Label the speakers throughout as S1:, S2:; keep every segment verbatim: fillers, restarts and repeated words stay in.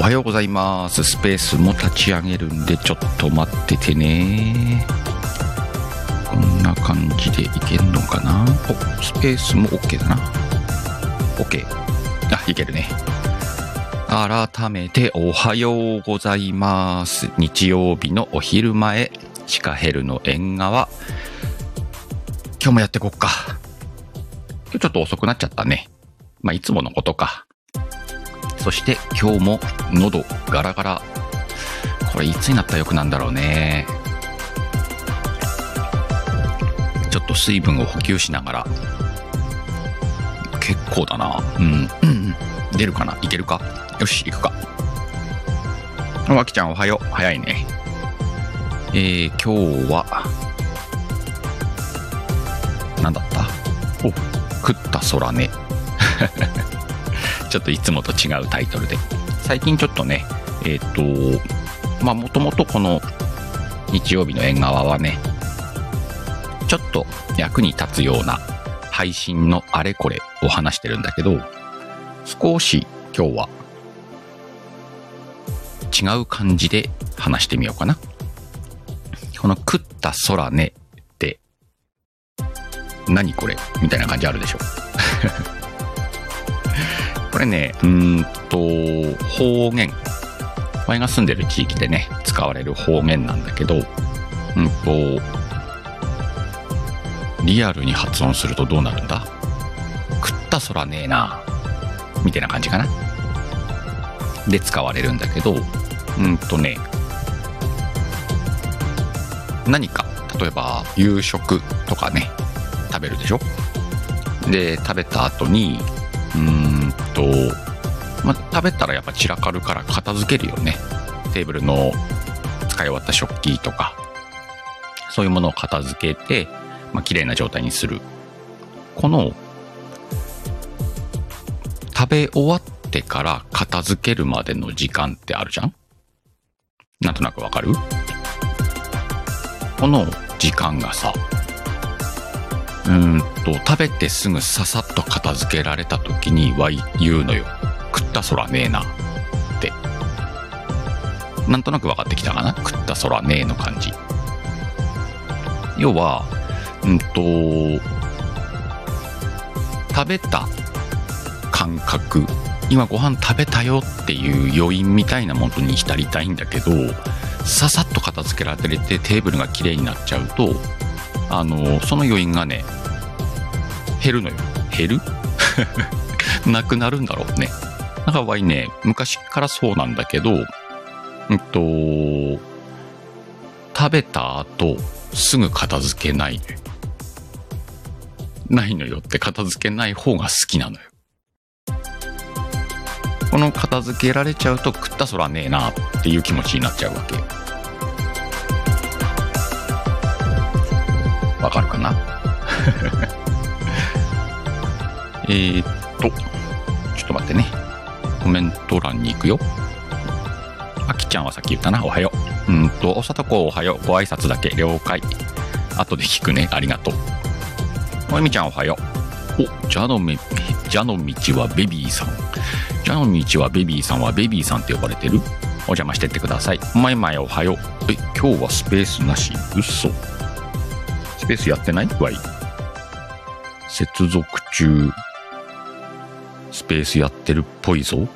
S1: はようございます。スペースも立ち上げるんでちょっと待っててね。こんな感じでいけんのかな。お、スペースも OK だな。 OK、 あ、いけるね。改めておはようございます。日曜日のお昼前、シカヘルの縁側、今日もやってこっか。今日ちょっと遅くなっちゃったね。まあいつものことか。そして今日も喉ガラガラ。これいつになったらよくなんだろうね。ちょっと水分を補給しながら。結構だな。うん。うん、出るかな、いけるか。よし、行くか。わきちゃんおはよう。早いね。えー、今日は何だった？お、食った空ね。ちょっといつもと違うタイトルで。最近ちょっとね、えっと、まあもともとこの日曜日の縁側はね、ちょっと役に立つような配信のあれこれを話してるんだけど、少し今日は違う感じで話してみようかな。この食った空ねって何これみたいな感じあるでしょ。これね、うーんと方言、前が住んでる地域でね使われる方言なんだけど、うんとリアルに発音するとどうなるんだ？食った空ねえなみたいな感じかなで使われるんだけど、うんとね、何か例えば夕食とかね食べるでしょ。で食べた後にうーんと、まあ、食べたらやっぱ散らかるから片付けるよね。テーブルの使い終わった食器とかそういうものを片付けて、まあ、綺麗な状態にする。この食べ終わってから片付けるまでの時間ってあるじゃん。なんとなくわかる？この時間がさ、うーんと食べてすぐささっと片付けられた時には言うのよ。食った空ねえなって。なんとなく分かってきたかな？食った空ねえの感じ。要はうんと食べた感覚、今ご飯食べたよっていう余韻みたいなものに浸りたいんだけど、ささっと片付けられてテーブルが綺麗になっちゃうと、あのその余韻がね減るのよ。減るなくなるんだろうね。だからわいね、昔からそうなんだけど、うんと食べた後すぐ片付けないのよ。ないのよって片付けない方が好きなのよ。この片付けられちゃうと食った空ねえなっていう気持ちになっちゃうわけ。わかるかな？えーっと、ちょっと待ってね。コメント欄に行くよ。あきちゃんはさっき言ったな。おはよう。うんと、おさとこおはよう。ご挨拶だけ。了解。後で聞くね。ありがとう。おえみちゃんおはよう。お、じゃのめ、じゃの道はベビーさん。じゃの道はベビーさんはベビーさんって呼ばれてる？お邪魔してってください。まいまいおはよう。え、今日はスペースなし？嘘。スペースやってない？わい。接続中。スペースやってるっぽいぞ。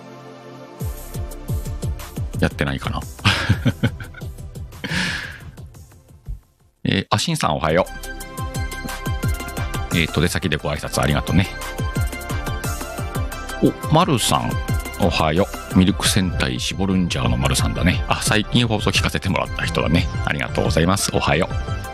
S1: やってないかな。えー、あしんさんおはよう。えーと、出先でご挨拶ありがとうね。お、まるさんおはよう。ミルク戦隊シボルンジャーのまるさんだね。あ、最近放送聞かせてもらった人だね。ありがとうございます。おはよ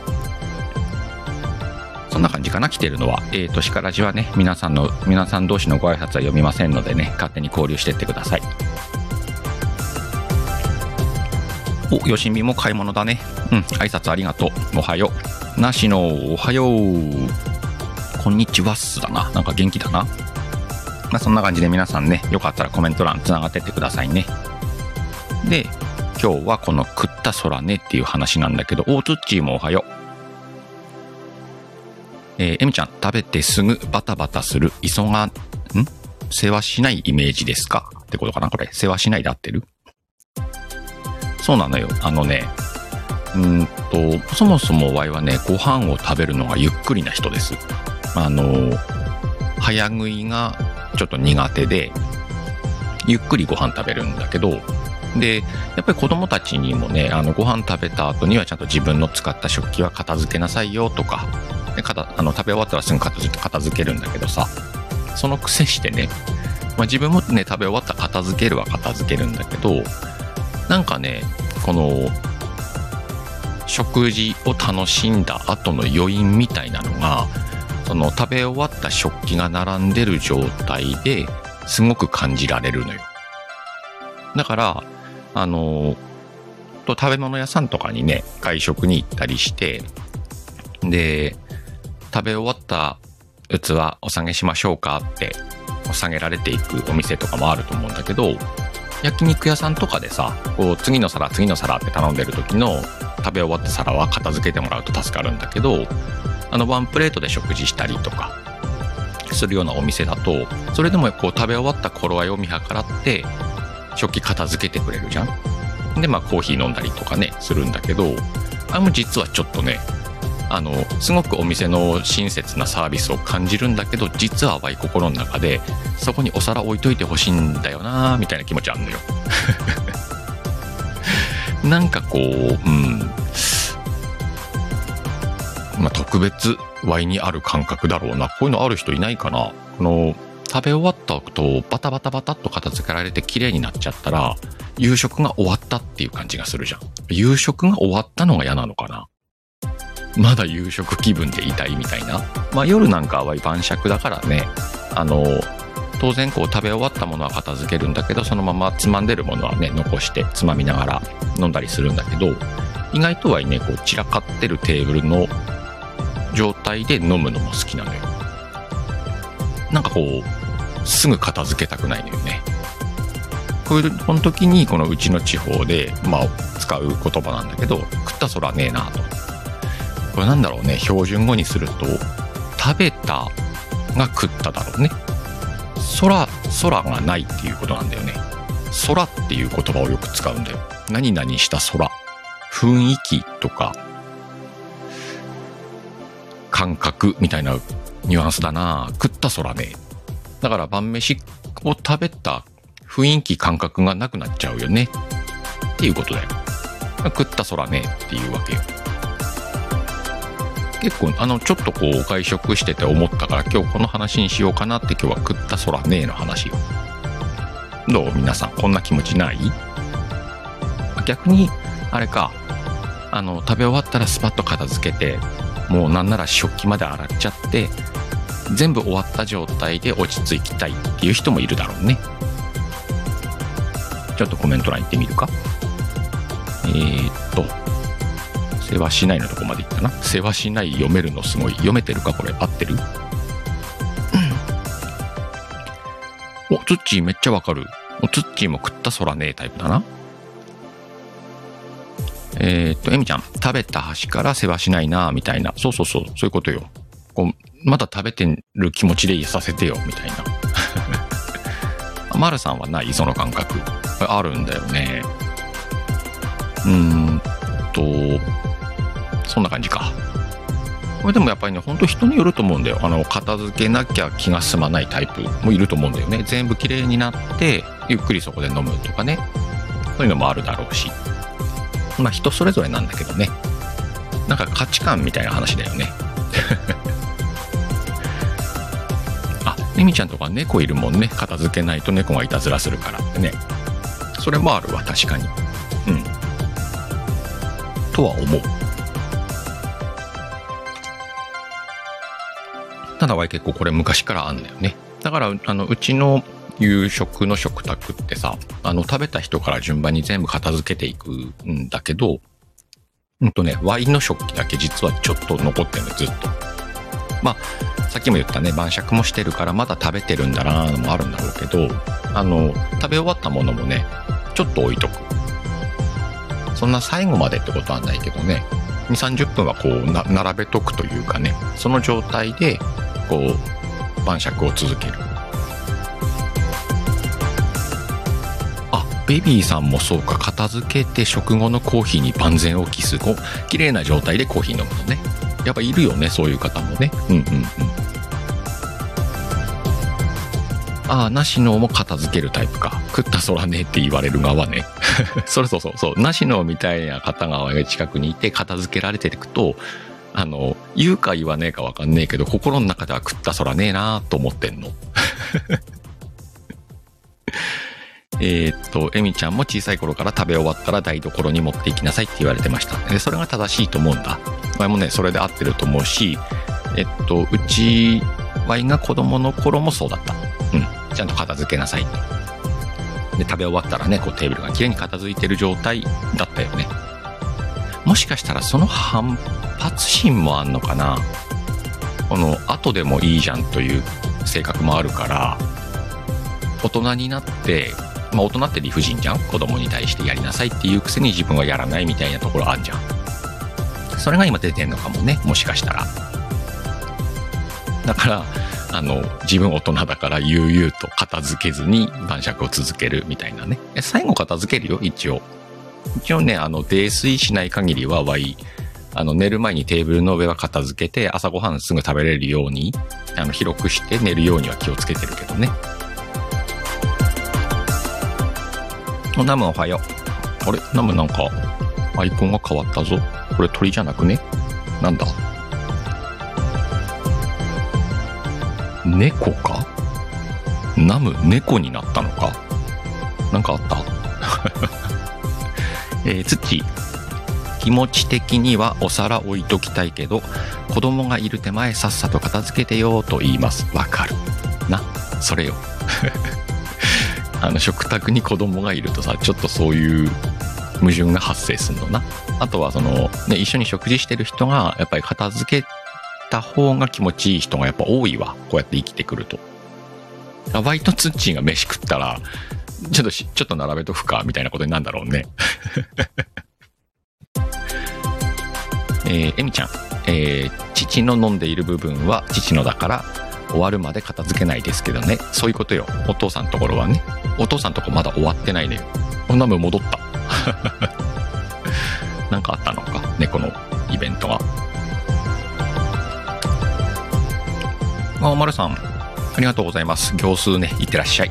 S1: う。そんな感じかな、来てるのは。えーと、しからじはね、皆さんの、皆さん同士のご挨拶は読みませんのでね、勝手に交流してってください。お、よしみも買い物だね。うん、挨拶ありがとう。おはよう。なしのおはよう。こんにちはっすだな。なんか元気だな。まあそんな感じで皆さんね、よかったらコメント欄つながってってくださいね。で、今日はこの食った空ねっていう話なんだけど、おつっちーもおはよう。えー、えみちゃん、食べてすぐバタバタする、急が、ん世話しないイメージですかっってことかなこれ。世話しないで合ってる？そうなのよ。あのね、うーんと、そもそもワイはね、ご飯を食べるのがゆっくりな人です。あの、早食いがちょっと苦手で、ゆっくりご飯食べるんだけど、で、やっぱり子供たちにもね、あの、ご飯食べた後にはちゃんと自分の使った食器は片付けなさいよとか、でかたあの食べ終わったらすぐ片付け、片付けるんだけどさ、その癖してね、まあ、自分もね、食べ終わったら片付けるは片付けるんだけど、なんかね、この、食事を楽しんだ後の余韻みたいなのが、その食べ終わった食器が並んでる状態ですごく感じられるのよ。だから、あの、と食べ物屋さんとかにね、外食に行ったりして、で、食べ終わった器お下げしましょうかってお下げられていくお店とかもあると思うんだけど、焼肉屋さんとかでさ、こう次の皿次の皿って頼んでる時の食べ終わった皿は片付けてもらうと助かるんだけど、あのワンプレートで食事したりとかするようなお店だと、それでもこう食べ終わった頃合いを見計らって食器片付けてくれるじゃん。でまあコーヒー飲んだりとかねするんだけど、あれも実はちょっとね、あのすごくお店の親切なサービスを感じるんだけど、実はわい心の中でそこにお皿置いといてほしいんだよなみたいな気持ちあるのよなんかこう、うんまあ特別わいにある感覚だろうな。こういうのある人いないかな。この食べ終わった後バタバタバタっと片付けられて綺麗になっちゃったら夕食が終わったっていう感じがするじゃん。夕食が終わったのが嫌なのかな。まだ夕食気分でいたいみたいな。まあ夜なんかは晩酌だからね、あの当然こう食べ終わったものは片付けるんだけど、そのままつまんでるものはね残してつまみながら飲んだりするんだけど、意外とはいねこう散らかってるテーブルの状態で飲むのも好きなのよ。なんかこうすぐ片付けたくないのよね。こういうこの時にこのうちの地方でまあ使う言葉なんだけど、食ったそらねえなと。これなんだろうね、標準語にすると食べたが食っただろうね。空空がないっていうことなんだよね。空っていう言葉をよく使うんだよ。何々した空、雰囲気とか感覚みたいなニュアンスだな。食った空ね。だから晩飯を食べた雰囲気感覚がなくなっちゃうよねっていうことだよ。食った空ねっていうわけよ。結構あのちょっとこう外食してて思ったから、今日この話にしようかなって。今日は食った空ねえの話よ。どう皆さん、こんな気持ちない？逆にあれか、あの食べ終わったらスパッと片付けて、もうなんなら食器まで洗っちゃって全部終わった状態で落ち着きたいっていう人もいるだろうね。ちょっとコメント欄行ってみるか。えーっと世話しないのとこまでいったな。世話しない読めるのすごい。読めてるかこれ。合ってる？お、ツッチーめっちゃわかる。お、ツッチーも食ったそらねえタイプだな。えー、っと、エミちゃん、食べた端から世話しないなみたいな。そうそうそう、そういうことよ。こうまだ食べてる気持ちでいさせてよみたいな。マルさんはない？その感覚。あるんだよね。うーんと、そんな感じか。これでもやっぱりね、ほんと人によると思うんだよ。あの、片付けなきゃ気が済まないタイプもいると思うんだよね。全部きれいになって、ゆっくりそこで飲むとかね。そういうのもあるだろうし。まあ人それぞれなんだけどね。なんか価値観みたいな話だよね。あ、エミちゃんとか猫いるもんね。片付けないと猫がいたずらするからってね。それもあるわ、確かに。うん。とは思う。ただは結構これ昔からあんだよね。だからあのうちの夕食の食卓ってさ、あの食べた人から順番に全部片付けていくんだけど、うんとね、ワインの食器だけ実はちょっと残ってるの、ずっと。まあさっきも言ったね、晩酌もしてるからまだ食べてるんだなーのもあるんだろうけど、あの食べ終わったものもねちょっと置いとく。そんな最後までってことはないけどね、にじゅうさんじゅっぷんはこうな並べとくというかね、その状態でこう晩酌を続ける。 ベビーさんもそうか、片付けて食後のコーヒーに万全を期す。こう綺麗な状態でコーヒー飲むのね。やっぱいるよね、そういう方もね。うんうんうん。ああ、なしのも片付けるタイプか。食ったそらねって言われる側ね。それそうそうそう。なしのみたいな方が近くにいて片付けられていくと、あの、言うか言わねえかわかんねえけど、心の中では食ったそらねえなーと思ってんの。えっと、エミちゃんも小さい頃から食べ終わったら台所に持っていきなさいって言われてました。で、それが正しいと思うんだ。前もね、それで合ってると思うし、えっと、うち、ワインが子供の頃もそうだった。うん。ちゃんと片付けなさいと。で、食べ終わったらね、こうテーブルが綺麗に片付いてる状態だったよね。もしかしたらその反発心もあんのかな。この、後でもいいじゃんという性格もあるから、大人になって、まあ大人って理不尽じゃん。子供に対してやりなさいっていうくせに自分はやらないみたいなところあんじゃん。それが今出てんのかもね、もしかしたら。だから、あの、自分大人だから悠々と片付けずに晩酌を続けるみたいなね。最後片付けるよ、一応。一応ね、あの、泥酔しない限りは、わい、あの、寝る前にテーブルの上は片付けて、朝ごはんすぐ食べれるように、あの、広くして寝るようには気をつけてるけどね。ナムおはよう。あれナムなんか、アイコンが変わったぞ。これ鳥じゃなくね？なんだ？猫か？ナム猫になったのか？なんかあったえー、土。気持ち的にはお皿置いときたいけど、子供がいる手前さっさと片付けてよと言います。わかる。な、それよ。あの、食卓に子供がいるとさ、ちょっとそういう矛盾が発生するのな。あとはその、ね、一緒に食事してる人が、やっぱり片付けた方が気持ちいい人がやっぱ多いわ。こうやって生きてくると。ワイとツッチーが飯食ったら、ちょっとし、ちょっと並べとくか、みたいなことになるんだろうね。えー、エミちゃん、えー、父の飲んでいる部分は父のだから終わるまで片付けないですけどね。そういうことよ。お父さんのところはね。お父さんのとこまだ終わってないね。おナム戻った。なんかあったのか、猫のイベントが。あ、おまるさん、ありがとうございます。行数ね、いってらっしゃい。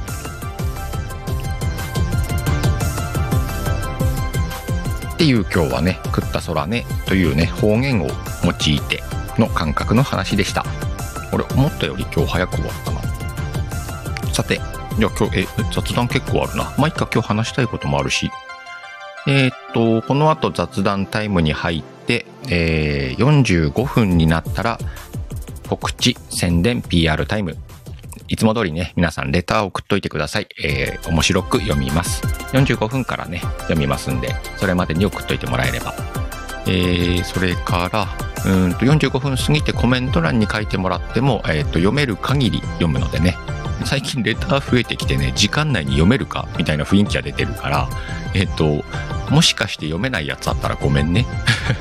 S1: っていう今日はね、食った空ねというね、方言を用いての感覚の話でした。俺、思ったより今日早く終わったな。さて、じゃあ今日、え、雑談結構あるな。まあ、いっか、今日話したいこともあるし。えー、っと、この後雑談タイムに入って、えー、よんじゅうごふんになったら、告知、宣伝、ピーアール タイム。いつも通りね、皆さんレターを送っといてください。えー、面白く読みます。よんじゅうごふんからね、読みますんで、それまでに送っといてもらえれば。えー、それから、うーんとよんじゅうごふん過ぎてコメント欄に書いてもらっても、えー、と読める限り読むのでね。最近レター増えてきてね、時間内に読めるかみたいな雰囲気が出てるから、えっ、ー、と、もしかして読めないやつあったらごめんね。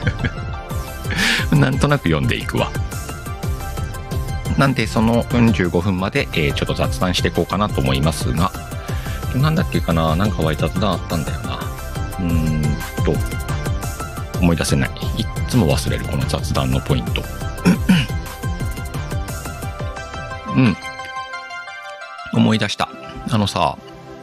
S1: なんとなく読んでいくわ。なんでそのよんじゅうごふんまで、えー、ちょっと雑談していこうかなと思いますが、なんだっけかな、なんかは雑談あったんだよな。うーんと、思い出せない。いっつも忘れるこの雑談のポイント。うん。思い出した。あのさ、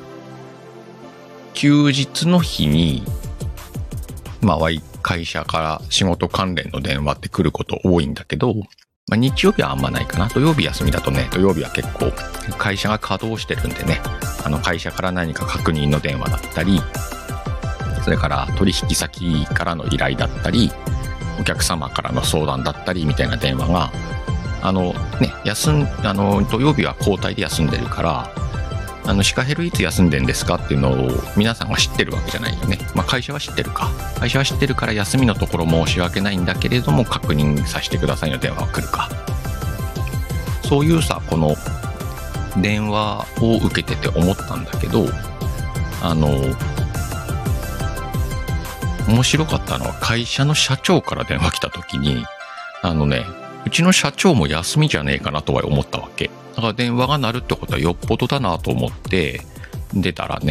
S1: 休日の日に、まあ、会社から仕事関連の電話って来ること多いんだけど、まあ、日曜日はあんまないかな。土曜日休みだとね、土曜日は結構会社が稼働してるんでね、あの会社から何か確認の電話だったり、それから取引先からの依頼だったり、お客様からの相談だったりみたいな電話が、あのね、休ん、あの土曜日は交代で休んでるから、あのシカヘルいつ休んでんですかっていうのを皆さんが知ってるわけじゃないよね。まあ会社は知ってるか。会社は知ってるから休みのところ申し訳ないんだけれども確認させてくださいの電話が来るか。そういうさ、この電話を受けてて思ったんだけど、あの、面白かったのは会社の社長から電話来た時に、あのね、うちの社長も休みじゃねえかなとは思ったわけ。だから電話が鳴るってことはよっぽどだなと思って出たらね、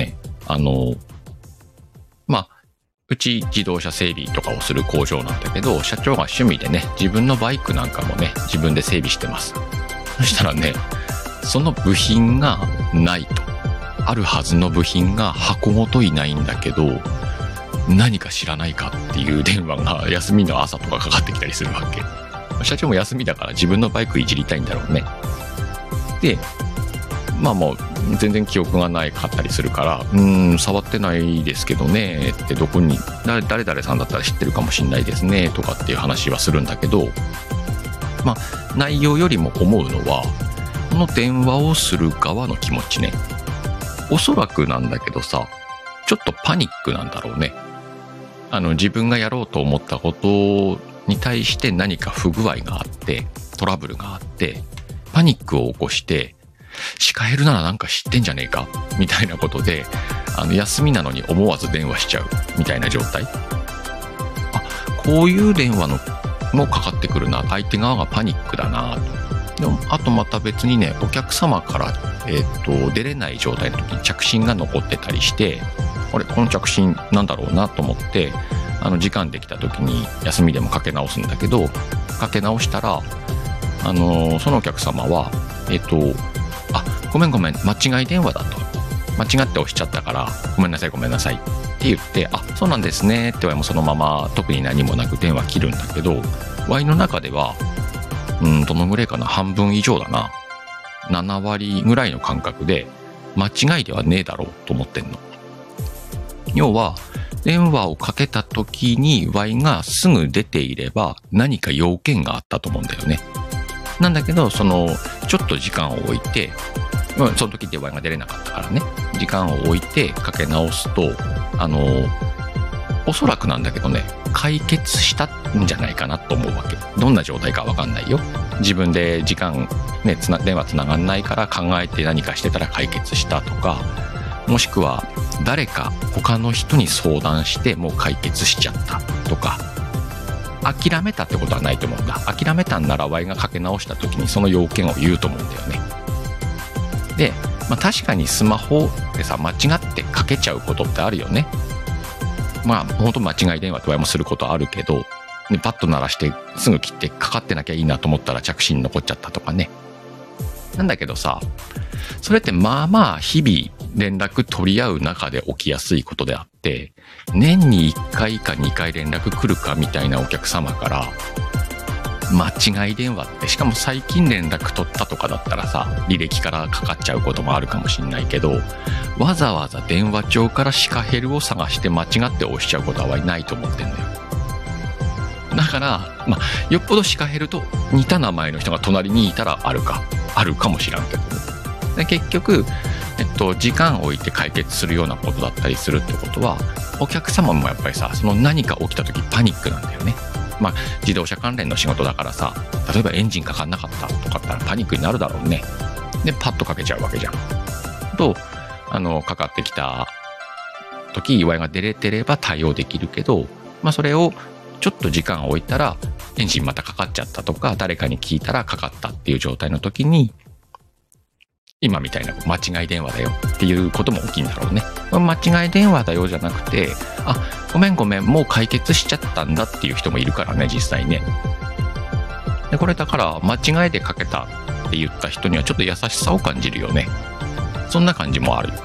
S1: あの、まあ、うち自動車整備とかをする工場なんだけど、社長が趣味でね、自分のバイクなんかもね、自分で整備してます。そしたらね、その部品がないと。あるはずの部品が箱ごといないんだけど、何か知らないかっていう電話が休みの朝とかかかってきたりするわけ。社長も休みだから自分のバイクいじりたいんだろうね。で、まあもう全然記憶がないかったりするから、うーん、触ってないですけどねって、どこに、誰々さんだったら知ってるかもしんないですねとかっていう話はするんだけど、まあ内容よりも思うのは、この電話をする側の気持ちね。おそらくなんだけどさ、ちょっとパニックなんだろうね。あの自分がやろうと思ったことに対して何か不具合があって、トラブルがあって、パニックを起こして、シカヘルならなんか知ってんじゃねえかみたいなことで、あの休みなのに思わず電話しちゃうみたいな状態。あ、こういう電話のもかかってくるな、相手側がパニックだなと。でもあとまた別にね、お客様から、えー、と出れない状態の時に着信が残ってたりして、あれこの着信なんだろうなと思って、あの時間できた時に休みでもかけ直すんだけど、かけ直したら、あのー、そのお客様はえっ、ー、とあ、ごめんごめん、間違い電話だと。間違って押しちゃったから、ごめんなさいごめんなさいって言って、あ、そうなんですねってわいもそのまま特に何もなく電話切るんだけど、わいの中では、うん、どのぐらいかな、半分以上だな。ななわりぐらいの感覚で、間違いではねえだろうと思ってんの。要は、電話をかけた時にわいがすぐ出ていれば何か要件があったと思うんだよね。なんだけど、その、ちょっと時間を置いて、その時ってワイが出れなかったからね、時間を置いてかけ直すと、あの、おそらくなんだけどね、解決したんじゃないかなと思うわけ。どんな状態かわかんないよ。自分で時間、ね、つな、電話つながんないから考えて何かしてたら解決したとか、もしくは誰か他の人に相談してもう解決しちゃったとか、諦めたってことはないと思うんだ。諦めたんならワイがかけ直した時にその要件を言うと思うんだよね。で、まあ、確かにスマホでさ、間違ってかけちゃうことってあるよね。まあ本当間違い電話ってワイもすることあるけど、ね、パッと鳴らしてすぐ切ってかかってなきゃいいなと思ったら着信残っちゃったとかね。なんだけどさ、それってまあまあ日々連絡取り合う中で起きやすいことであって、年にいっかいかにかい連絡来るかみたいなお客様から間違い電話って、しかも最近連絡取ったとかだったらさ、履歴からかかっちゃうこともあるかもしんないけど、わざわざ電話帳からシカヘルを探して間違って押しちゃうことはないと思ってんだよ。だから、まあ、よっぽどシカヘルと似た名前の人が隣にいたらあるか、あるかもしらんけど、で結局、えっと、時間を置いて解決するようなことだったりするってことは、お客様もやっぱりさ、その何か起きた時パニックなんだよね。まあ、自動車関連の仕事だからさ、例えばエンジンかかんなかったとかったらパニックになるだろうね。で、パッとかけちゃうわけじゃん。と、あの、かかってきた時、祝いが出れてれば対応できるけど、まあ、それをちょっと時間を置いたら、エンジンまたかかっちゃったとか、誰かに聞いたらかかったっていう状態の時に、今みたいな間違い電話だよっていうことも起きんだろうね。間違い電話だよじゃなくて、あ、ごめんごめん、もう解決しちゃったんだっていう人もいるからね、実際ね。で、これだから間違いでかけたって言った人にはちょっと優しさを感じるよね。そんな感じもあるよ。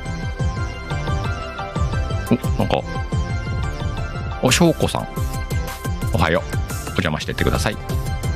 S1: お、なんか、お、しょうこさん、おはよう。お邪魔してってください。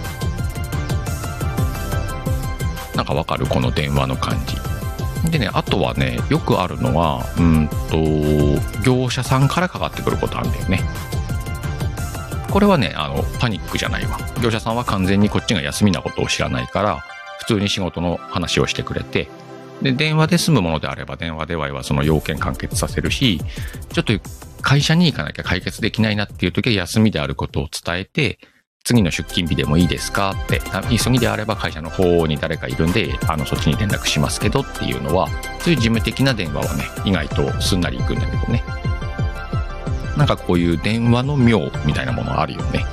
S1: なんかわかる？この電話の感じ。でね、あとはね、よくあるのは、うんと、業者さんからかかってくることあるんだよね。これはね、あの、パニックじゃないわ。業者さんは完全にこっちが休みなことを知らないから、普通に仕事の話をしてくれて、で、電話で済むものであれば、電話ではその要件完結させるし、ちょっと会社に行かなきゃ解決できないなっていう時は休みであることを伝えて、次の出勤日でもいいですかって、急ぎであれば会社の方に誰かいるんで、あの、そっちに連絡しますけどっていうのは、そういう事務的な電話はね、意外とすんなり行くんだけどね。なんかこういう電話の妙みたいなものあるよね。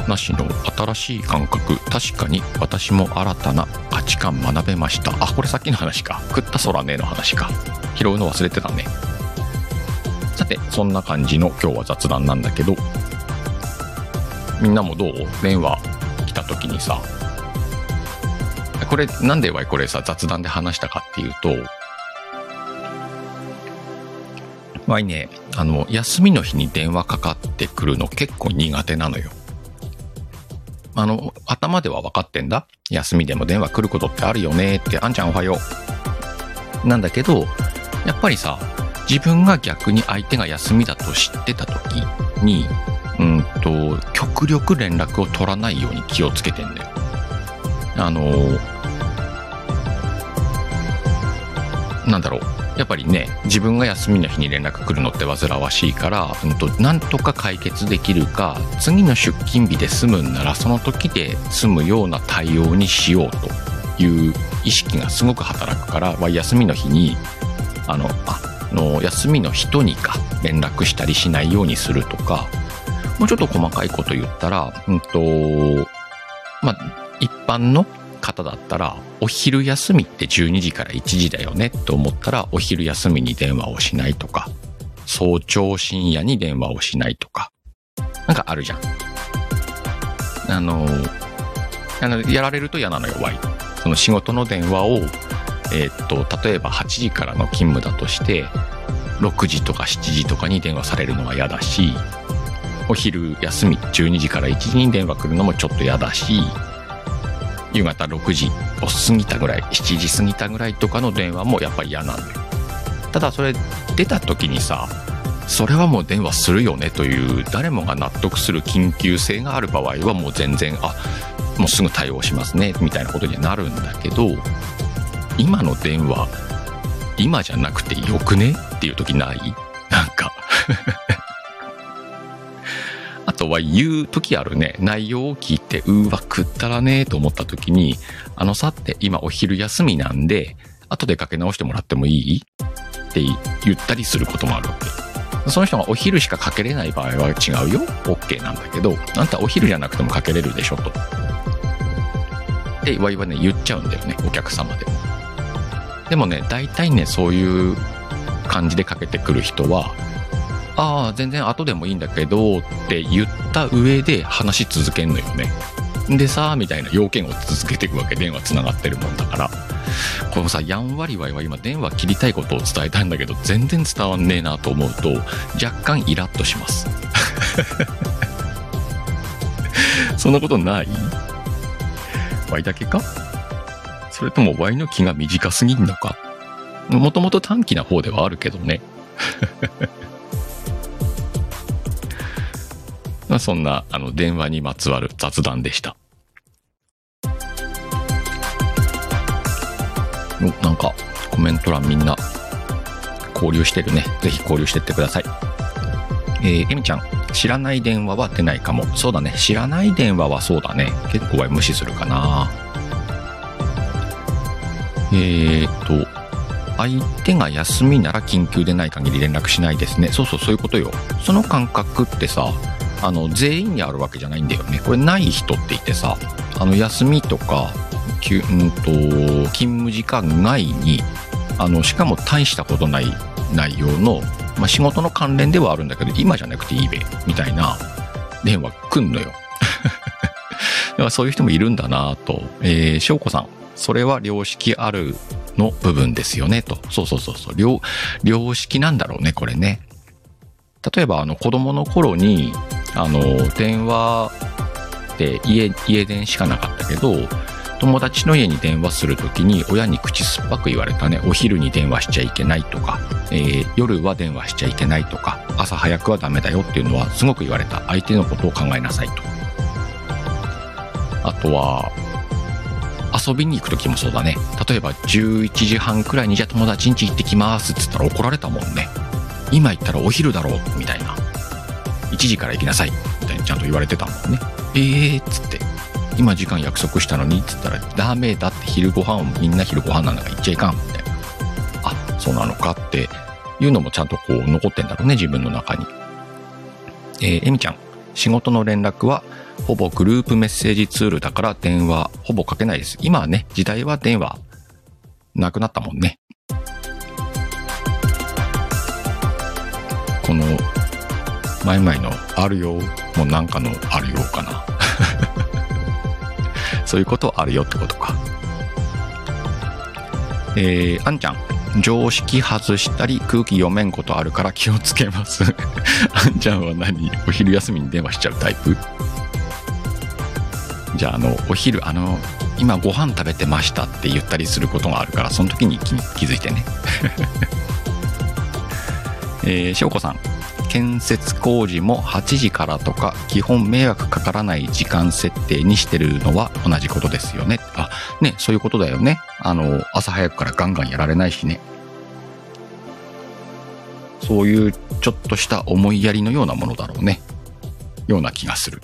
S1: なしの新しい感覚、確かに私も新たな価値観学べました。あ、これさっきの話か。食った空ねの話か。拾うの忘れてたね。さて、そんな感じの今日は雑談なんだけど、みんなもどう？電話来た時にさ、これなんでわいこれさ雑談で話したかっていうと、わいね、あの休みの日に電話かかってくるの結構苦手なのよ。あの頭では分かってんだ。休みでも電話来ることってあるよねって、あんちゃんおはようなんだけど、やっぱりさ、自分が逆に相手が休みだと知ってた時に、うんと極力連絡を取らないように気をつけてんだよ。あのなんだろう、やっぱりね、自分が休みの日に連絡来るのって煩わしいから、うんとなんとか解決できるか、次の出勤日で済むんならその時で済むような対応にしようという意識がすごく働くから、休みの日にあのあの休みの人にか連絡したりしないようにするとか、もうちょっと細かいこと言ったら、うんとまあ一般の方だったら、お昼休みってじゅうにじからいちじだよねと思ったら、お昼休みに電話をしないとか、早朝深夜に電話をしないとか、なんかあるじゃん。あのあのやられると嫌なのよ、わい。その仕事の電話をえー、っと例えばはちじからの勤務だとしてろくじとかしちじとかに電話されるのは嫌だし、お昼休みじゅうにじからいちじに電話来るのもちょっと嫌だし、夕方ろくじを過ぎたぐらい、しちじ過ぎたぐらいとかの電話もやっぱり嫌なんだよ。ただそれ出た時にさ、それはもう電話するよねという誰もが納得する緊急性がある場合はもう全然、あ、もうすぐ対応しますねみたいなことにはなるんだけど、今の電話今じゃなくてよくねっていう時ない？なんかあとは言う時あるね。内容を聞いて、うーわ食ったらねと思った時に、あのさって今お昼休みなんで後でかけ直してもらってもいいって言ったりすることもあるわけ。その人がお昼しかかけれない場合は違うよ、 OK なんだけど、あんたお昼じゃなくてもかけれるでしょとでわいはね言っちゃうんだよね、お客様でも。でもね、大体ねそういう感じでかけてくる人は、ああ全然後でもいいんだけどって言った上で話し続けんのよね。でさみたいな要件を続けていくわけ。電話つながってるもんだから。このさ、やんわりわいは今電話切りたいことを伝えたいんだけど全然伝わんねえなと思うと若干イラッとしますそんなことない？わいだけか？それともワイの気が短すぎんのか。もともと短気な方ではあるけどねまあそんなあの電話にまつわる雑談でした。お、なんかコメント欄みんな交流してるね。ぜひ交流してってください。えー、エミちゃん、知らない電話は出ないかも。そうだね、知らない電話はそうだね、結構は無視するかな。えーと相手が休みなら緊急でない限り連絡しないですね。そうそう、そういうことよ。その感覚ってさ、あの全員にあるわけじゃないんだよね。これない人って言ってさ、あの休みとかきゅうんと勤務時間外に、あのしかも大したことない内容の、まあ、仕事の関連ではあるんだけど今じゃなくていいべみたいな電話来んのよだからそういう人もいるんだなと。えー、しょうこさん、それは良識あるの部分ですよねと。そうそうそうそう、良良識なんだろうねこれね。例えばあの子供の頃にあの電話って家家電しかなかったけど、友達の家に電話するときに親に口酸っぱく言われたね。お昼に電話しちゃいけないとか、えー、夜は電話しちゃいけないとか、朝早くはダメだよっていうのはすごく言われた。相手のことを考えなさいと。あとは遊びに行くときもそうだね。例えばじゅういちじはんくらいにじゃあ友達ん家行ってきますっつったら怒られたもんね。今言ったらお昼だろうみたいな。いちじから行きなさいみたいにちゃんと言われてたもんね。えーっつって、今時間約束したのにっつったらダメだって、昼ご飯をみんな昼ご飯なんだから行っちゃいかんみたいな。あ、そうなのかっていうのもちゃんとこう残ってんだろうね、自分の中に。えー、エミちゃん、 仕事の連絡はほぼグループメッセージツールだから電話ほぼかけないです。今はね、時代は電話なくなったもんね。この前々のあるよもうなんかのあるよかなそういうことあるよってことか。えー、あんちゃん、常識外したり空気読めんことあるから気をつけますあんちゃんは何、お昼休みに電話しちゃうタイプ？じゃあ、あのお昼、あの今ご飯食べてましたって言ったりすることがあるから、その時に 気, 気づいてねえー、しょうこさん、建設工事もはちじからとか基本迷惑かからない時間設定にしてるのは同じことですよね。あ、ね、そういうことだよね。あの朝早くからガンガンやられないしね。そういうちょっとした思いやりのようなものだろうね。ような気がする。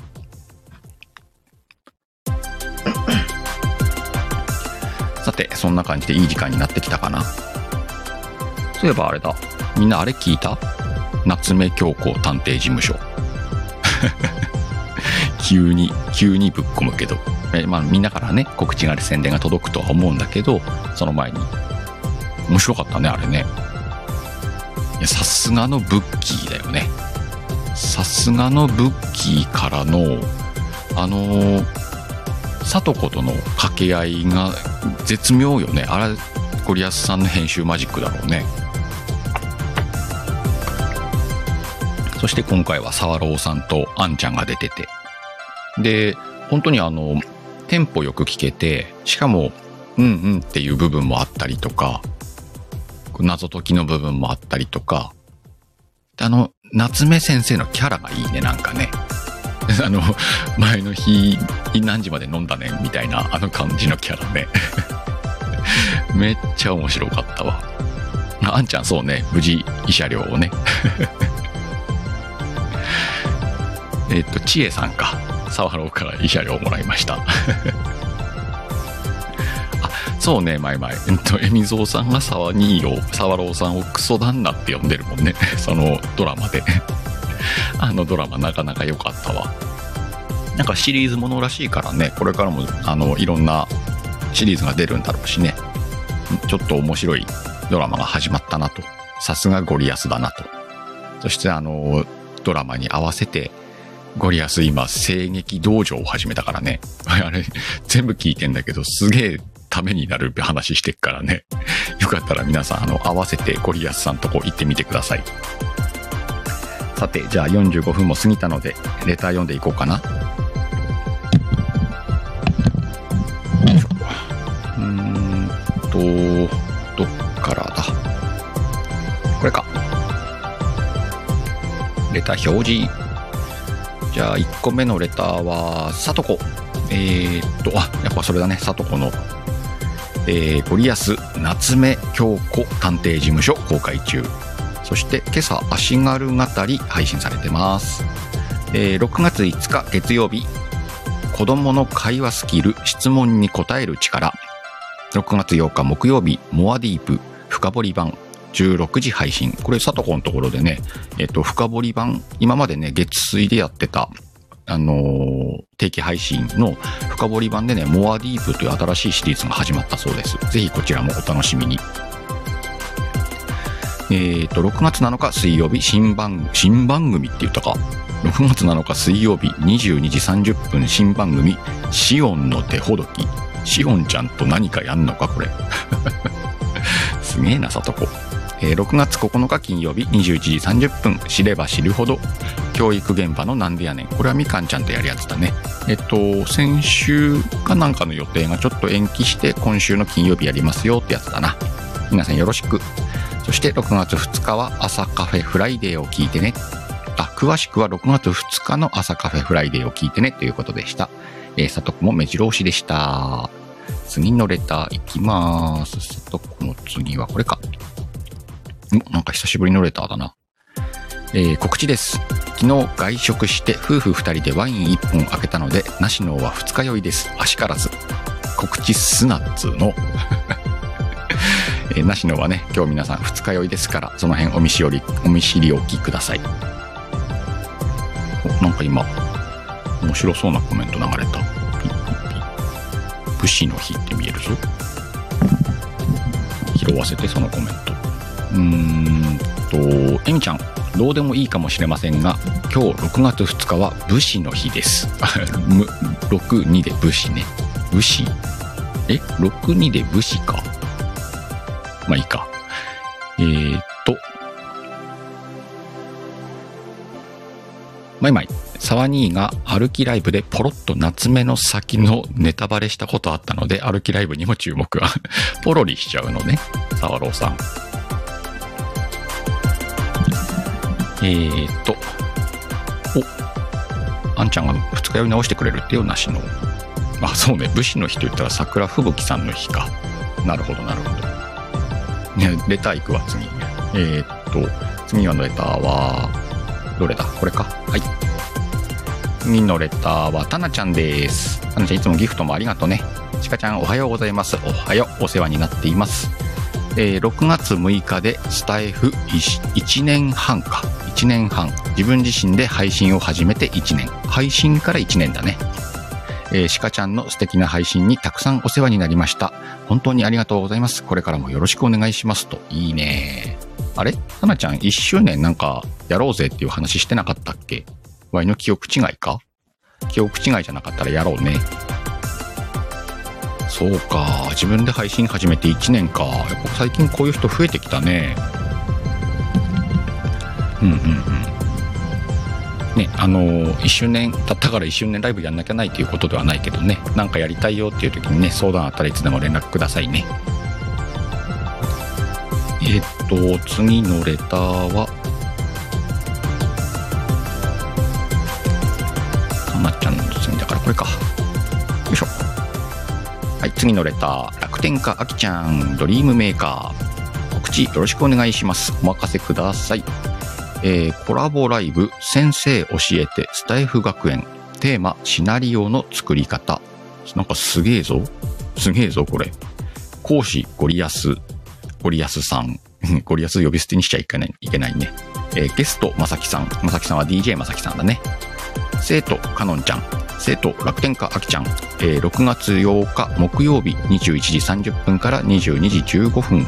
S1: さて、そんな感じでいい時間になってきたかな。そういえばあれだ。みんなあれ聞いた？夏目京子探偵事務所急に急にぶっ込むけど、え、まあみんなからね告知がある宣伝が届くとは思うんだけど、その前に面白かったねあれね。いや、さすがのブッキーだよね。さすがのブッキーからのあの里子との掛け合いが絶妙よね。あれゴリアスさんの編集マジックだろうね。そして今回は沢朗さんとあんちゃんが出てて、で本当にあのテンポよく聞けて、しかもうんうんっていう部分もあったりとか、謎解きの部分もあったりとか、あの夏目先生のキャラがいいね。なんかねあの前の日何時まで飲んだねみたいなあの感じのキャラねめっちゃ面白かったわ。あんちゃん、そうね、無事慰謝料をねえっと千恵さんか、沢朗から慰謝料をもらいましたあ、そうね、前々えっとえみぞうさんが沢にーを沢朗さんをクソ旦那って呼んでるもんねそのドラマであのドラマなかなか良かったわ。なんかシリーズものらしいからね、これからもあのいろんなシリーズが出るんだろうしね、ちょっと面白いドラマが始まったなと。さすがゴリアスだなと。そしてあのドラマに合わせてゴリアス今声劇道場を始めたからねあれ全部聞いてんだけど、すげえためになる話してっからね、よかったら皆さんあの合わせてゴリアスさんとこ行ってみてください。さて、じゃあよんじゅうごふんも過ぎたのでレター読んでいこうかな。よいしょ。うーんとどっからだ、これか。レター表示。じゃあいっこめのレターはさとこ。えー、っとあやっぱそれだね、さとこの、えー、ゴリアス夏目京子探偵事務所公開中。そして今朝足軽語り配信されてます。えー、ろくがついつか月曜日、子供の会話スキル質問に答える力。ろくがつようか木曜日、モアディープ深掘り版じゅうろくじ配信。これさとこのところでね、えっと深掘り版、今までね月水でやってたあのー、定期配信の深掘り版でね、モアディープという新しいシリーズが始まったそうです。ぜひこちらもお楽しみに。えっとろくがつなのか水曜日、新番新番組って言ったか。ろくがつなのか水曜日にじゅうにじさんじゅっぷん新番組シオンの手ほどき。シオンちゃんと何かやんのかこれすげえなさとこ。えー、ろくがつここのか金曜日にじゅういちじさんじゅっぷん、知れば知るほど教育現場のなんでやねん。これはみかんちゃんとやるやつだね。えっと先週かなんかの予定がちょっと延期して今週の金曜日やりますよってやつだな。皆さんよろしく。そしてろくがつふつかは朝カフェフライデーを聞いてね。あ、詳しくはろくがつふつかの朝カフェフライデーを聞いてねということでした。えー、さとこも目白押しでした。次のレターいきまーす。さとこの次はこれか。お、なんか久しぶりのレターだな。えー、告知です。昨日外食して夫婦ふたりでワインいっぽん開けたので、なしのは二日酔いです。あしからず。告知すなっつーの。えー、なしのはね、今日皆さん二日酔いですから、その辺お見知りお見知りおきください。 なんか今面白そうなコメント流れた。ピッピッピッ。武士の日って見えるぞ。拾わせてそのコメント。うーんとえみちゃん、どうでもいいかもしれませんが、今日ろくがつふつかは武士の日です。ろくにで武士ね。武士えろくにで武士か。まあいいか。えーっとまいまい、沢兄が歩きライブでポロッと夏目の先のネタバレしたことあったので、歩きライブにも注目がポロリしちゃうのね、沢朗さん。えーっとおあんちゃんが二日酔い直してくれるってよ、なしの。あ、そうね、武士の日と言ったら桜吹雪さんの日か。なるほどなるほど。ね、レターいくわ次。えーっと次のレターはどれだ、これか。はい、次のレターはタナちゃんです。タナちゃん、いつもギフトもありがとうね。ちかちゃん、おはようございます。おはよう、お世話になっています。えー、ろくがつむいかでスタイフいちねんはんか。いちねんはん。自分自身で配信を始めていちねん。配信からいちねんだね。えー、しかちゃんの素敵な配信にたくさんお世話になりました。本当にありがとうございます。これからもよろしくお願いしますと。いいね。あれ、タナちゃんいっしゅうねんなんかやろうぜっていう話してなかったっけ？ワイの記憶違いか？記憶違いじゃなかったらやろうね。そうか、自分で配信始めていちねんか。やっぱ最近こういう人増えてきたね。うんうんうん。ね、あのー、いっしゅうねん経ったからいっしゅうねんライブやんなきゃないということではないけどね、なんかやりたいよっていう時にね、相談あったらいつでも連絡くださいね。えっと次のレターはたまちゃんの次だからこれか。よいしょ。はい、次のレター、楽天家あきちゃん、ドリームメーカー、告知よろしくお願いします。お任せください。えー、コラボライブ先生教えてスタイフ学園、テーマシナリオの作り方。なんかすげえぞすげえぞこれ。講師ゴリアスゴリアスさんゴリアス呼び捨てにしちゃいけないいけないね。えー、ゲストまさきさん、まさきさんは ディージェー まさきさんだね。生徒かのんちゃん、生徒楽天家あきちゃん、えー、ろくがつようか木曜日にじゅういちじさんじゅっぷんからにじゅうにじじゅうごふん。ん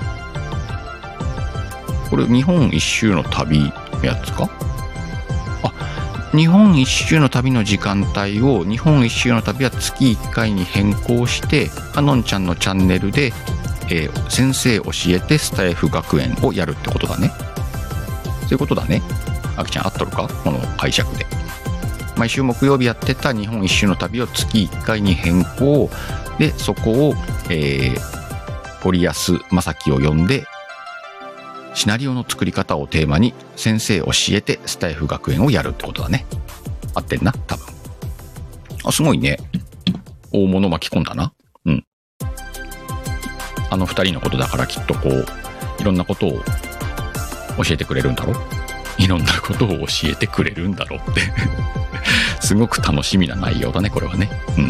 S1: これ日本一周の旅のやつか。あ、日本一周の旅の時間帯を日本一周の旅は月いっかいに変更して、かのんちゃんのチャンネルで、えー、先生教えてスタイフ学園をやるってことだね。そういうことだね。あきちゃん合っとるか、この解釈で。毎週木曜日やってた日本一周の旅を月いっかいに変更で、そこを、えー、ゴリアスまさきを呼んでシナリオの作り方をテーマに先生教えてスタイフ学園をやるってことだね。合ってんな多分。あ、すごいね。大物巻き込んだな。うん。あの二人のことだからきっとこういろんなことを教えてくれるんだろう。いろんなことを教えてくれるんだろうってすごく楽しみな内容だねこれはね。うん。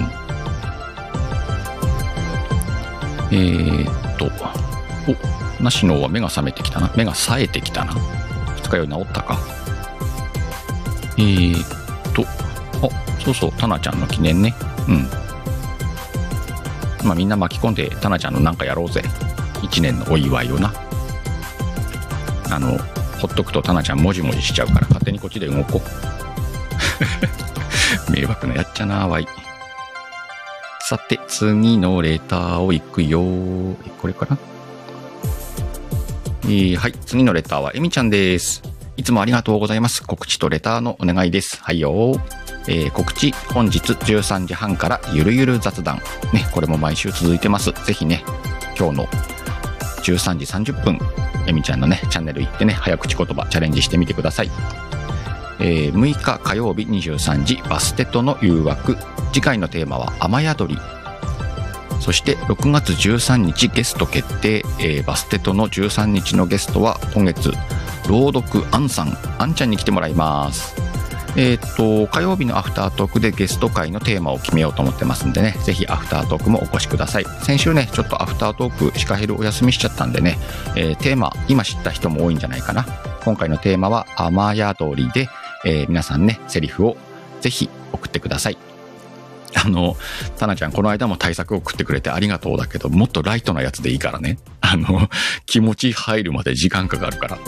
S1: えーっとおなしのは目が覚めてきたな。目が冴えてきたな。二日酔い治ったか。えーっとあ、そうそう、タナちゃんの記念ね。うん。まあみんな巻き込んでタナちゃんのなんかやろうぜ。いちねんのお祝いをな。あのほっとくとタナちゃんもじもじしちゃうから勝手にこっちで動こう迷惑なやっちゃなわい。さて次のレターをいくよ。これかな。えー、はい、次のレターはエミちゃんです。いつもありがとうございます。告知とレターのお願いです。はいよ。えー、告知、本日じゅうさんじはんからゆるゆる雑談ね、これも毎週続いてます。ぜひね、今日のじゅうさんじさんじゅっぷんエミちゃんのねチャンネル行ってね、早口言葉チャレンジしてみてください。えー、むいか火曜日にじゅうさんじ、バステとの誘惑。次回のテーマは雨宿り。そしてろくがつじゅうさんにちゲスト決定。えー、バステとのじゅうさんにちのゲストは今月朗読アンさん、アンちゃんに来てもらいます。えー、っと火曜日のアフタートークでゲスト会のテーマを決めようと思ってますんでね、ぜひアフタートークもお越しください。先週ねちょっとアフタートークシカヘルお休みしちゃったんでね、えー、テーマ今知った人も多いんじゃないかな。今回のテーマは雨宿りで、 えー、皆さんね、セリフをぜひ送ってください。あの、タナちゃん、この間も対策を送ってくれてありがとうだけど、もっとライトなやつでいいからね。あの、気持ち入るまで時間かかるから。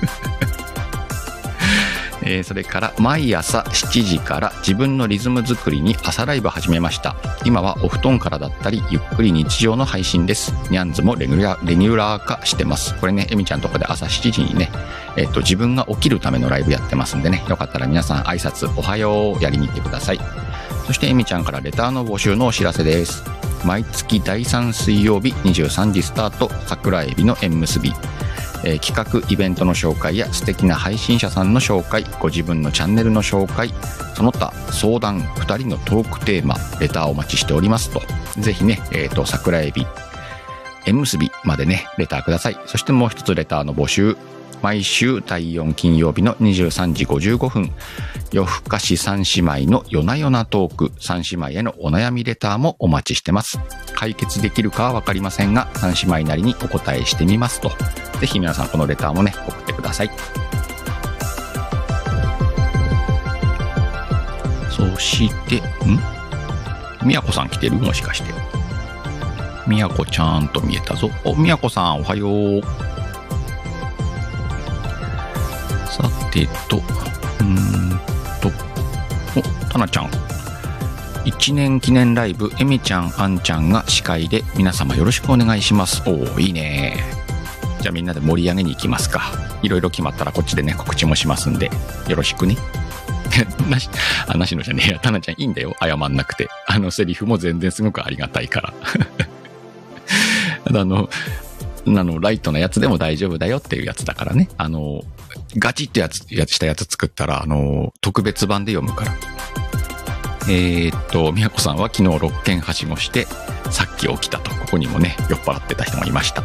S1: えー、それから毎朝しちじから自分のリズム作りに朝ライブ始めました。今はお布団からだったりゆっくり日常の配信です。ニャンズもレギュラー、レギュラー化してます。これね、エミちゃんとかで朝しちじにね、えっと自分が起きるためのライブやってますんでね、よかったら皆さん挨拶おはようやりに行ってください。そしてエミちゃんからレターの募集のお知らせです。毎月だいさん水曜日にじゅうさんじスタート、桜エビの縁結び。えー、企画イベントの紹介や素敵な配信者さんの紹介、ご自分のチャンネルの紹介、その他相談、ふたりのトークテーマ、レターをお待ちしておりますと。ぜひね、えっと、桜エビ、縁結びまでね、レターください。そしてもう一つレターの募集。毎週だいよん金曜日のにじゅうさんじごじゅうごふん、夜更かし三姉妹の夜な夜なトーク、三姉妹へのお悩みレターもお待ちしてます。解決できるかはわかりませんが、三姉妹なりにお答えしてみますと。ぜひ皆さんこのレターもね、送ってください。そして、ん？みやこさん来てる？もしかして。みやこちゃんと見えたぞ。お、みやこさんおはよう。さてと、うーんと、お、たなちゃん。いちねん記念ライブ、えみちゃん、あんちゃんが司会で、皆様よろしくお願いします。おー、いいね。じゃあみんなで盛り上げに行きますか。いろいろ決まったらこっちでね、告知もしますんで、よろしくね。なし、あ、なしのじゃねえや。たなちゃんいいんだよ。謝んなくて。あのセリフも全然すごくありがたいから。あの、あの、ライトなやつでも大丈夫だよっていうやつだからね。あの、ガチってやつ、やつしたやつ作ったら、あの、特別版で読むから。えー、っと、みやこさんは昨日ろっけんはしごして、さっき起きたと。ここにもね、酔っ払ってた人もいました。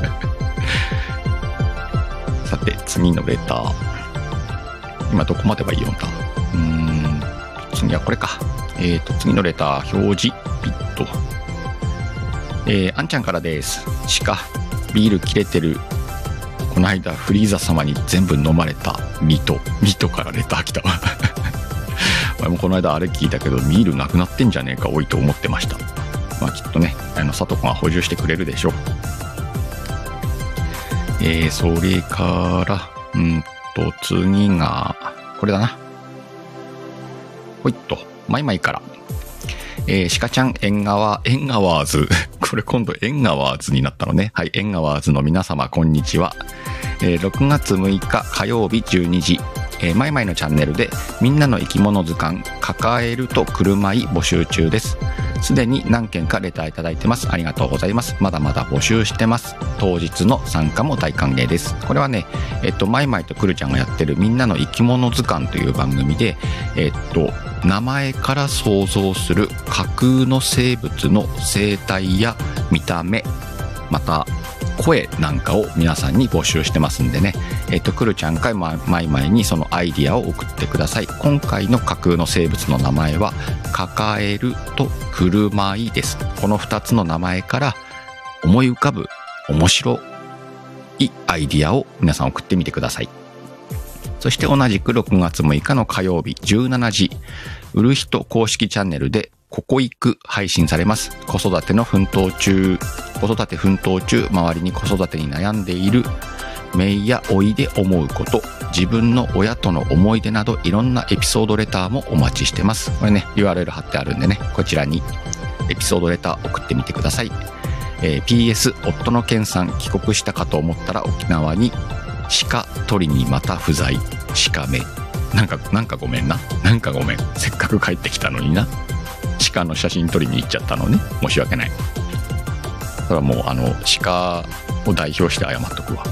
S1: さて、次のレター。今どこまでは読んだ？うーん、次はこれか。えー、っと、次のレター、表示、ピッと。えー、あんちゃんからです。鹿、ビール切れてる。この間フリーザ様に全部飲まれたミト。ミトからレター来たわ。俺もこの間あれ聞いたけど、ビールなくなってんじゃねえか多いと思ってました。まあきっとね、あの、さとこが補充してくれるでしょう。えー、それから、うんと、次が、これだな。ほいっと、マイマイから。えー、鹿ちゃん、縁側、縁側ーズ。これ今度縁側ーズになったのね。はい、縁側ーズの皆様、こんにちは。えー、ろくがつむいか火曜日じゅうにじ。えー、マイマイのチャンネルで、みんなの生き物図鑑、抱えると車い募集中です。すでに何件かレターいただいてます。ありがとうございます。まだまだ募集してます。当日の参加も大歓迎です。これはね、えっと、マイマイとクルちゃんがやってるみんなの生き物図鑑という番組で、えっと、名前から想像する架空の生物の生態や見た目、また声なんかを皆さんに募集してますんでね、えっと、くるちゃんかマイマイにそのアイディアを送ってください。今回の架空の生物の名前は、抱えると車いです。このふたつの名前から思い浮かぶ面白いアイディアを皆さん送ってみてください。そして同じくろくがつむいかの火曜日じゅうしちじ、売る人公式チャンネルでここ行く配信されます。子育ての奮闘中、子育て奮闘中、周りに子育てに悩んでいる姪や老いで思うこと、自分の親との思い出などいろんなエピソードレターもお待ちしてます。これね、ユーアールエル 貼ってあるんでね、こちらにエピソードレター送ってみてください。えー、ピーエス 夫のケンさん帰国したかと思ったら沖縄に鹿取りにまた不在、鹿目。なんか、なんかごめんな。なんかごめん。せっかく帰ってきたのにな。鹿の写真撮りに行っちゃったのね。申し訳ない。だからもう、あの、鹿を代表して謝っとくわ。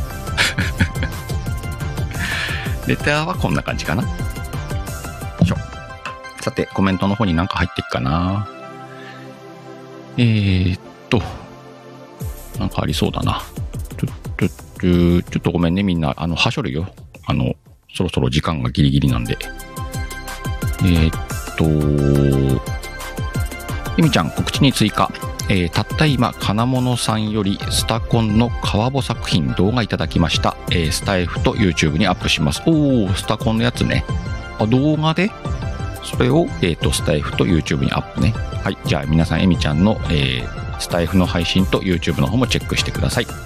S1: レターはこんな感じかな。よいしょ。さて、コメントの方になんか入っていくかな。えーっと、なんかありそうだな。ちょっと、ちょっとごめんね、みんな。あの、はしょるよ。あの、そろそろ時間がギリギリなんで。えー、っと、えみちゃん、告知に追加。えー、たった今、金物さんよりスタコンの川穂作品動画いただきました。えー、スタイフと YouTube にアップします。おー、スタコンのやつね。 あ、動画でそれを、えーと、スタイフと YouTube にアップね。はい。じゃあ皆さん、エミちゃんの、えー、スタイフの配信と YouTube の方もチェックしてください。う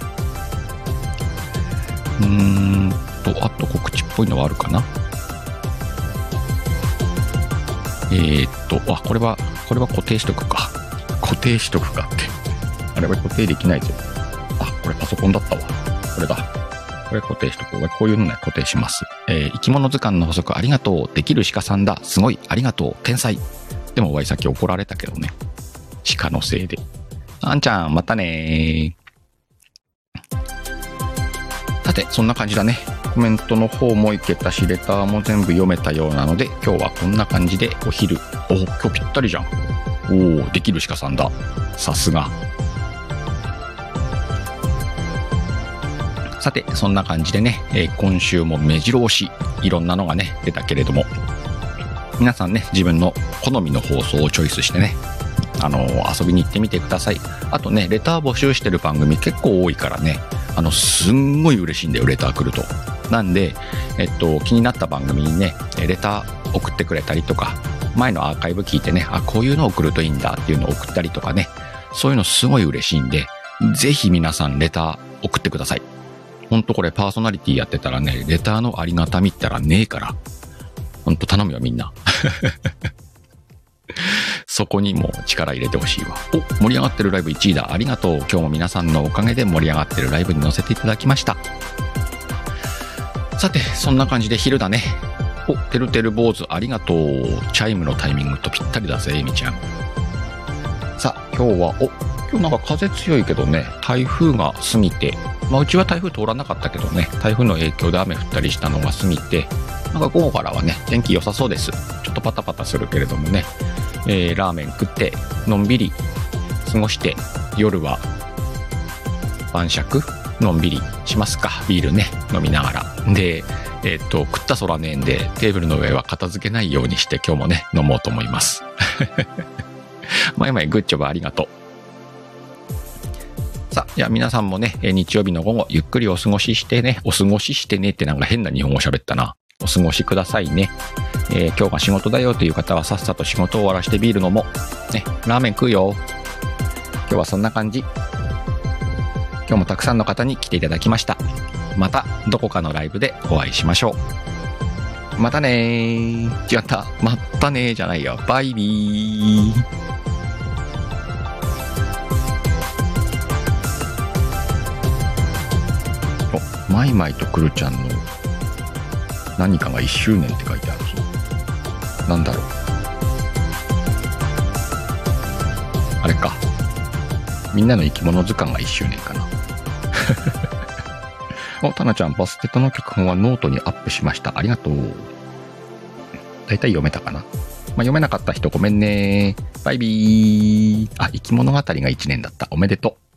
S1: ーんと、あと告知っぽいのはあるかな。えーっと、あ、これは、これは固定しとくか。固定しとくかって。あれは固定できないぞ。あ、これパソコンだったわ。これだ。これ固定しとこう。こういうのね、固定します。えー、生き物図鑑の補足ありがとう。できる鹿さんだ。すごい。ありがとう。天才。でも、おわいさっき怒られたけどね。鹿のせいで。あんちゃん、またねー。さて、そんな感じだね。コメントの方もいけたし、レターも全部読めたようなので、今日はこんな感じでお昼。お、今日ぴったりじゃん。おー、できる鹿さんだ。さすが。さて、そんな感じでね、えー、今週も目白押し、いろんなのがね、出たけれども、皆さんね、自分の好みの放送をチョイスしてね、あのー、遊びに行ってみてください。あとね、レター募集してる番組結構多いからね、あの、すんごい嬉しいんだよ、レター来ると。なんで、えっと、気になった番組にね、レター送ってくれたりとか、前のアーカイブ聞いてね、あ、こういうの送るといいんだっていうのを送ったりとかね、そういうのすごい嬉しいんで、ぜひ皆さんレター送ってください。ほんとこれパーソナリティやってたらね、レターのありがたみったらねえから。ほんと頼むよみんな。そこにも力入れてほしいわ。お、盛り上がってるライブいちいだ。ありがとう。今日も皆さんのおかげで盛り上がってるライブに乗せていただきました。さて、そんな感じで昼だね。お、てるてる坊主ありがとう。チャイムのタイミングとぴったりだぜ、エミちゃん。さあ、今日は、お、今日なんか風強いけどね、台風が過ぎて、まあうちは台風通らなかったけどね、台風の影響で雨降ったりしたのが過ぎて、なんか午後からはね、天気良さそうです。ちょっとパタパタするけれどもね、えー、ラーメン食って、のんびり過ごして、夜は晩酌のんびりしますか。ビールね、飲みながら。で、えー、っと、食った空ねえんで、テーブルの上は片付けないようにして今日もね、飲もうと思います。まいまいグッジョブありがとう。さあ、じゃあ皆さんもね、日曜日の午後、ゆっくりお過ごししてね、お過ごししてねってなんか変な日本語喋ったな。お過ごしくださいね。えー、今日が仕事だよという方はさっさと仕事を終わらしてビール飲もう。ね、ラーメン食うよ。今日はそんな感じ。今日もたくさんの方に来ていただきました。またどこかのライブでお会いしましょう。またねー。違った。またねーじゃないよ。バイビー。お、マイマイとクルちゃんの何かがいっしゅうねんって書いてあるぞ。なんだろう。あれか。みんなの生き物図鑑がいっしゅうねんかな。お、タナちゃん、バステトの脚本はノートにアップしました。ありがとう。だいたい読めたかな。まあ、読めなかった人ごめんね。バイビー。あ、生き物語がいちねんだった。おめでとう。